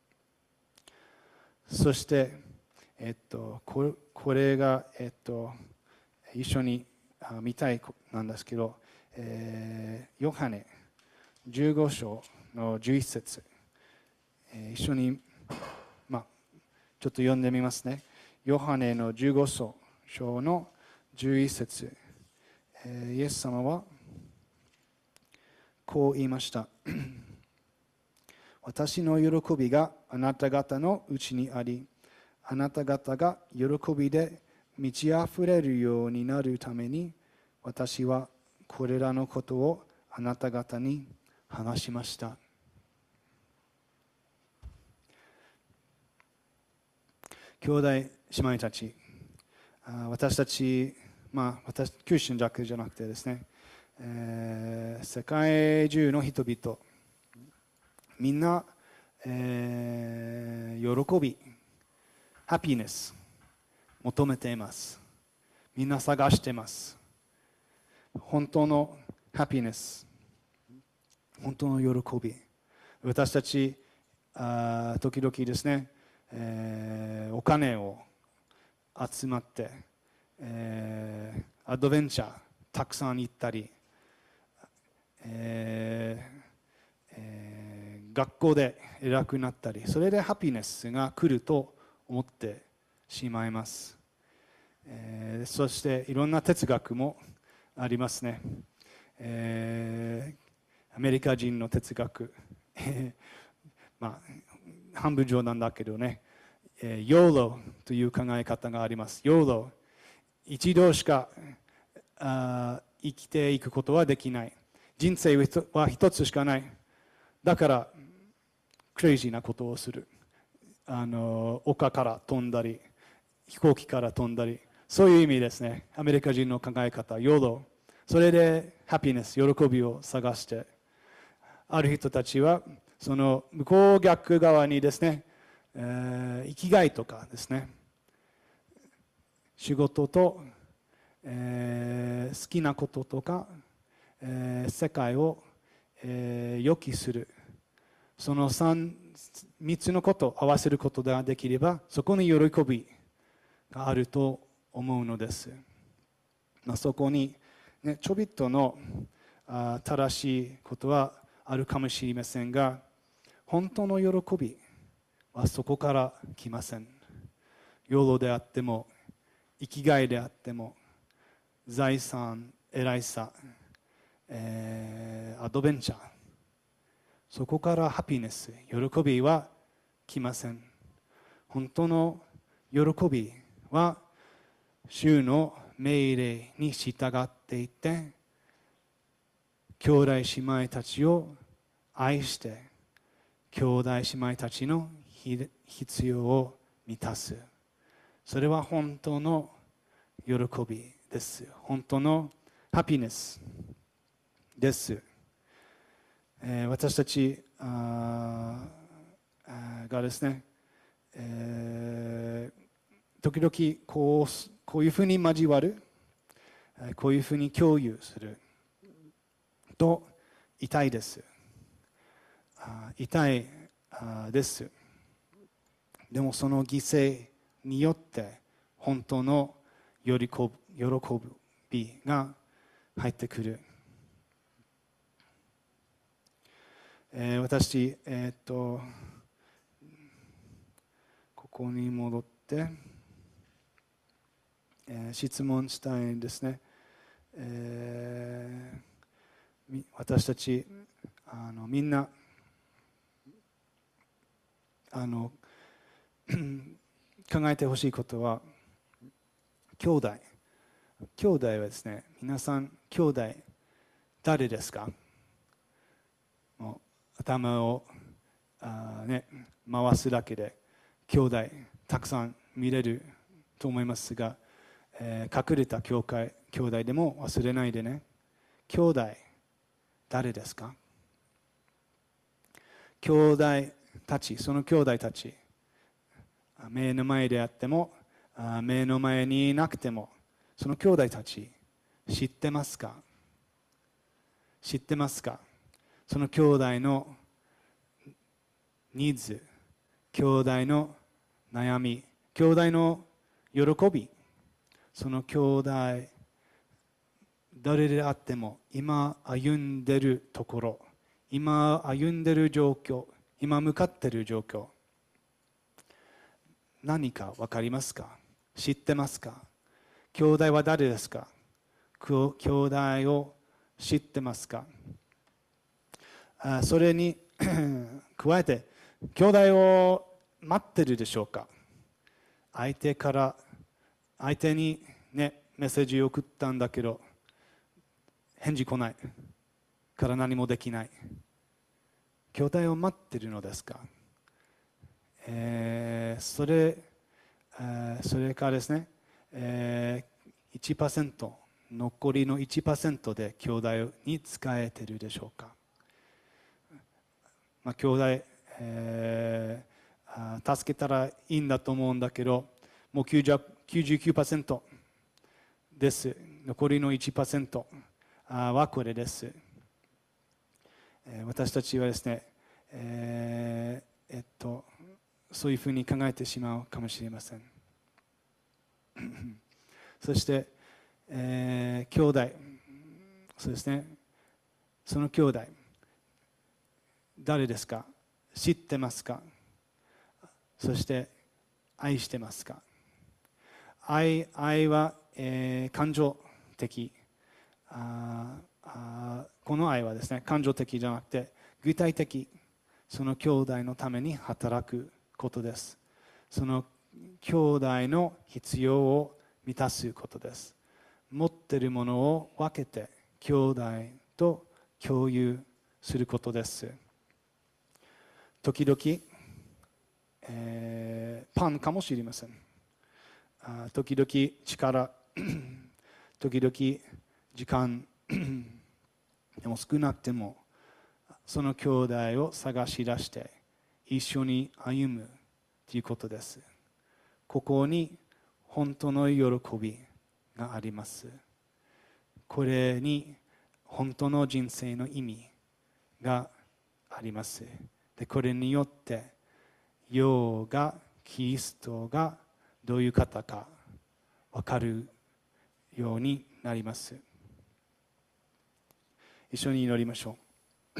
S3: そして、えっと、これが、えっと、一緒に見たいなんですけど、えー、ヨハネじゅうご章のじゅういち節、えー、一緒に、まあ、ちょっと読んでみますね。ヨハネのじゅうご章のじゅういち節、えー、イエス様はこう言いました。私の喜びがあなた方のうちにあり、あなた方が喜びで満ち溢れるようになるために、私はこれらのことをあなた方に話しました。兄弟姉妹たち、私たち、まあ、私、九州だけじゃなくてですね、えー、世界中の人々、みんな、えー、喜び、ハピネス、求めています。みんな探しています。本当のハピネス、本当の喜び。私たち、あ時々ですね、えー、お金を集まって、えー、アドベンチャーたくさん行ったり、えーえー、学校で偉くなったり、それでハピネスが来ると思ってしまいます。えー、そしていろんな哲学もありますね。えー、アメリカ人の哲学、まあ半分冗談だけどね、えー、ヨーロという考え方があります。ヨーロ、一度しかあ生きていくことはできない。人生は一つしかない。だからクレイジーなことをする。あの丘から飛んだり、飛行機から飛んだり、そういう意味ですね。アメリカ人の考え方、ヨーロ。それでハピネス、喜びを探して、ある人たちはその向こう逆側にですね、えー、生きがいとかですね、仕事と、えー、好きなこととか、えー、世界を、えー、予期する、その 3, 3つのことを合わせることができれば、そこに喜びがあると思うのです。まあ、そこに、ね、ちょびっとのあ正しいことはあるかもしれませんが、本当の喜びはそこから来ません。養老であっても、生きがいであっても、財産、偉さ、えー、アドベンチャー、そこからハピネス、喜びは来ません。本当の喜びは主の命令に従っていて、兄弟姉妹たちを愛して、兄弟姉妹たちの必要を満たす。それは本当の喜びです。本当のハピネスです。えー、私たちあがですね、えー、時々こう、こういうふうに交わる、こういうふうに共有する。 と痛いです。痛いです。でもその犠牲によって本当の喜びが入ってくる。えー、私、えー、っとここに戻って、えー、質問したいんですね。えー、私たちあのみんなあの考えてほしいことは、兄弟兄弟はですね、皆さん兄弟誰ですか？もう頭をあ、ね、回すだけで兄弟たくさん見れると思いますが、えー、隠れた教会兄弟でも忘れないでね。兄弟誰ですか？兄弟たち、その兄弟たち、目の前であっても目の前にいなくても、その兄弟たち知ってますか？知ってますか？その兄弟のニーズ、兄弟の悩み、兄弟の喜び、その兄弟誰であっても今歩んでるところ、今歩んでる状況、今向かってる状況、何か分かりますか？知ってますか？兄弟は誰ですか？兄弟を知ってますか？それに加えて、兄弟を待ってるでしょうか？相手から相手に、ね、メッセージを送ったんだけど返事来ないから何もできない。兄弟を待ってるのですか？えー、それ、えー、それからですね、えー、いちパーセント、残りの いちパーセント で兄弟に仕えているでしょうか？まあ、兄弟、えー、助けたらいいんだと思うんだけど、もう きゅうじゅうきゅうパーセント です。残りの いちパーセント はこれです。私たちはですね、えー、えっとそういうふうに考えてしまうかもしれません。そして、えー、兄弟、そうですね、その兄弟誰ですか？知ってますか？そして愛してますか？愛、愛は、えー、感情的。ああこの愛はですね、感情的じゃなくて具体的、その兄弟のために働くことです。その兄弟の必要を満たすことです。持っているものを分けて兄弟と共有することです。時々、えー、パンかもしれません。あ時々力時々時間でも少なくてもその兄弟を探し出して一緒に歩むということです。ここに本当の喜びがあります。これに本当の人生の意味があります。でこれによって世がキリストがどういう方か分かるようになります。一緒に祈りましょう。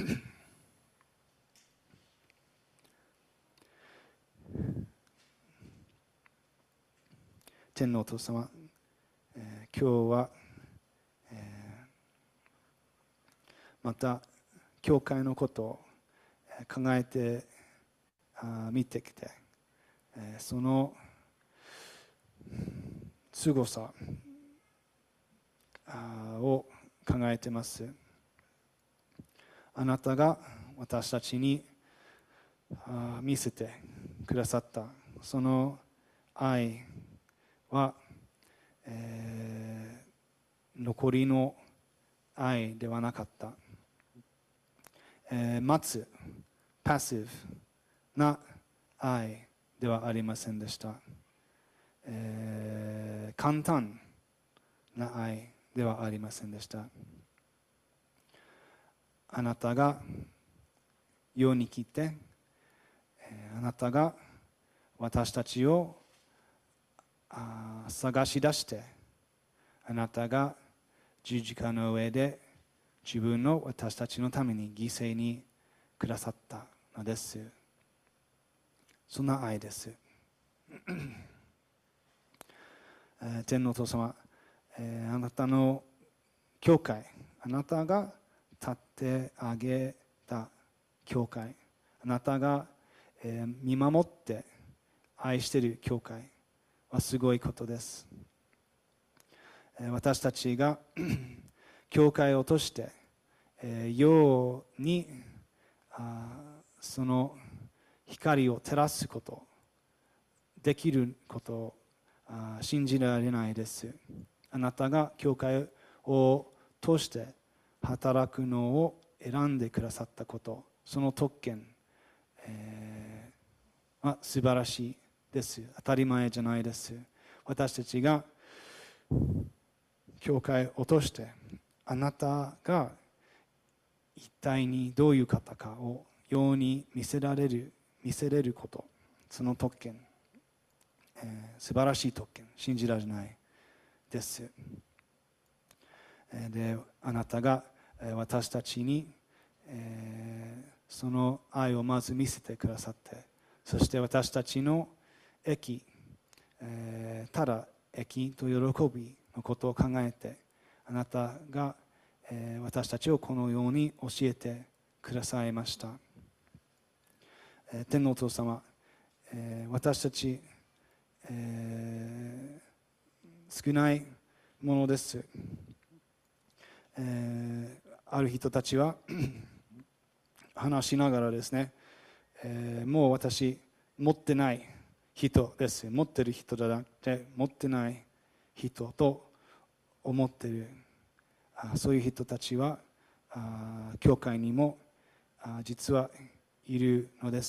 S3: 天のお父様、えー、今日は、えー、また教会のことを考えて見てきて、えー、その凄さを考えています。あなたが私たちに見せてくださったその愛は、えー、残りの愛ではなかった、えー、待つパッシブな愛ではありませんでした、えー、簡単な愛ではありませんでした。 あなたが世に来て、あなたが私たちを探し出して、あなたが十字架の上で自分の私たちのために犠牲にくださったのです。そんな愛です。天のお父様、あなたの教会、あなたが立ってあげた教会、あなたが見守って愛している教会はすごいことです。私たちが教会を落として世にその光を照らすことできることを信じられないです。あなたが教会を通して働くのを選んでくださったこと、その特権、えー、は素晴らしいです。当たり前じゃないです。私たちが教会を通してあなたが一体にどういう方かを世に見せられる、見せれること、その特権、えー、素晴らしい特権、信じられないです。で、あなたが私たちに、えー、その愛をまず見せてくださって、そして私たちの益、えー、ただ益と喜びのことを考えて、あなたが、えー、私たちをこのように教えてくださいました。えー、天のお父様、えー、私たち、えー、少ないものです。えー、ある人たちは話しながらですね、えー、もう私持ってない人です。持ってる人じゃなくて持ってない人と思っている、あそういう人たちはあ教会にもあ実はいるのです。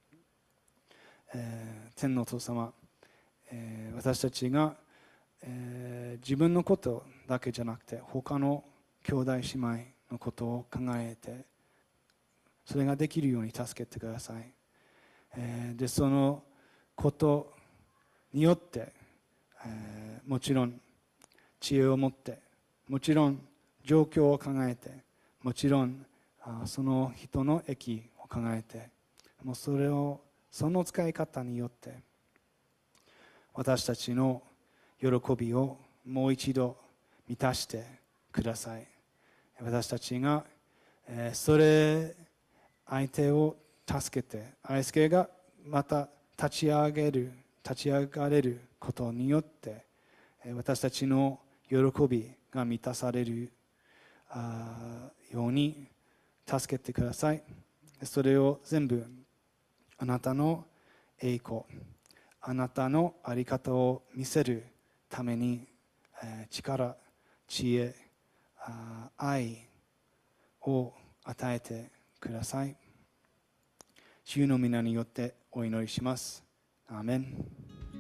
S3: えー、天のお父様、えー、私たちが、えー、自分のことだけじゃなくて他の兄弟姉妹のことを考えて、それができるように助けてください。えー、でそのことによって、えー、もちろん知恵を持って、もちろん状況を考えて、もちろんあその人の益を考えて、もうそれをその使い方によって私たちの喜びをもう一度満たしてください。私たちが、えー、それ相手を助けて、相手がまた立ち上げる立ち上がれることによって、私たちの喜びが満たされるように助けてください。それを全部あなたの栄光、あなたの在り方を見せるために力、知恵、愛を与えてください。主の皆によってお祈りします。アーメン。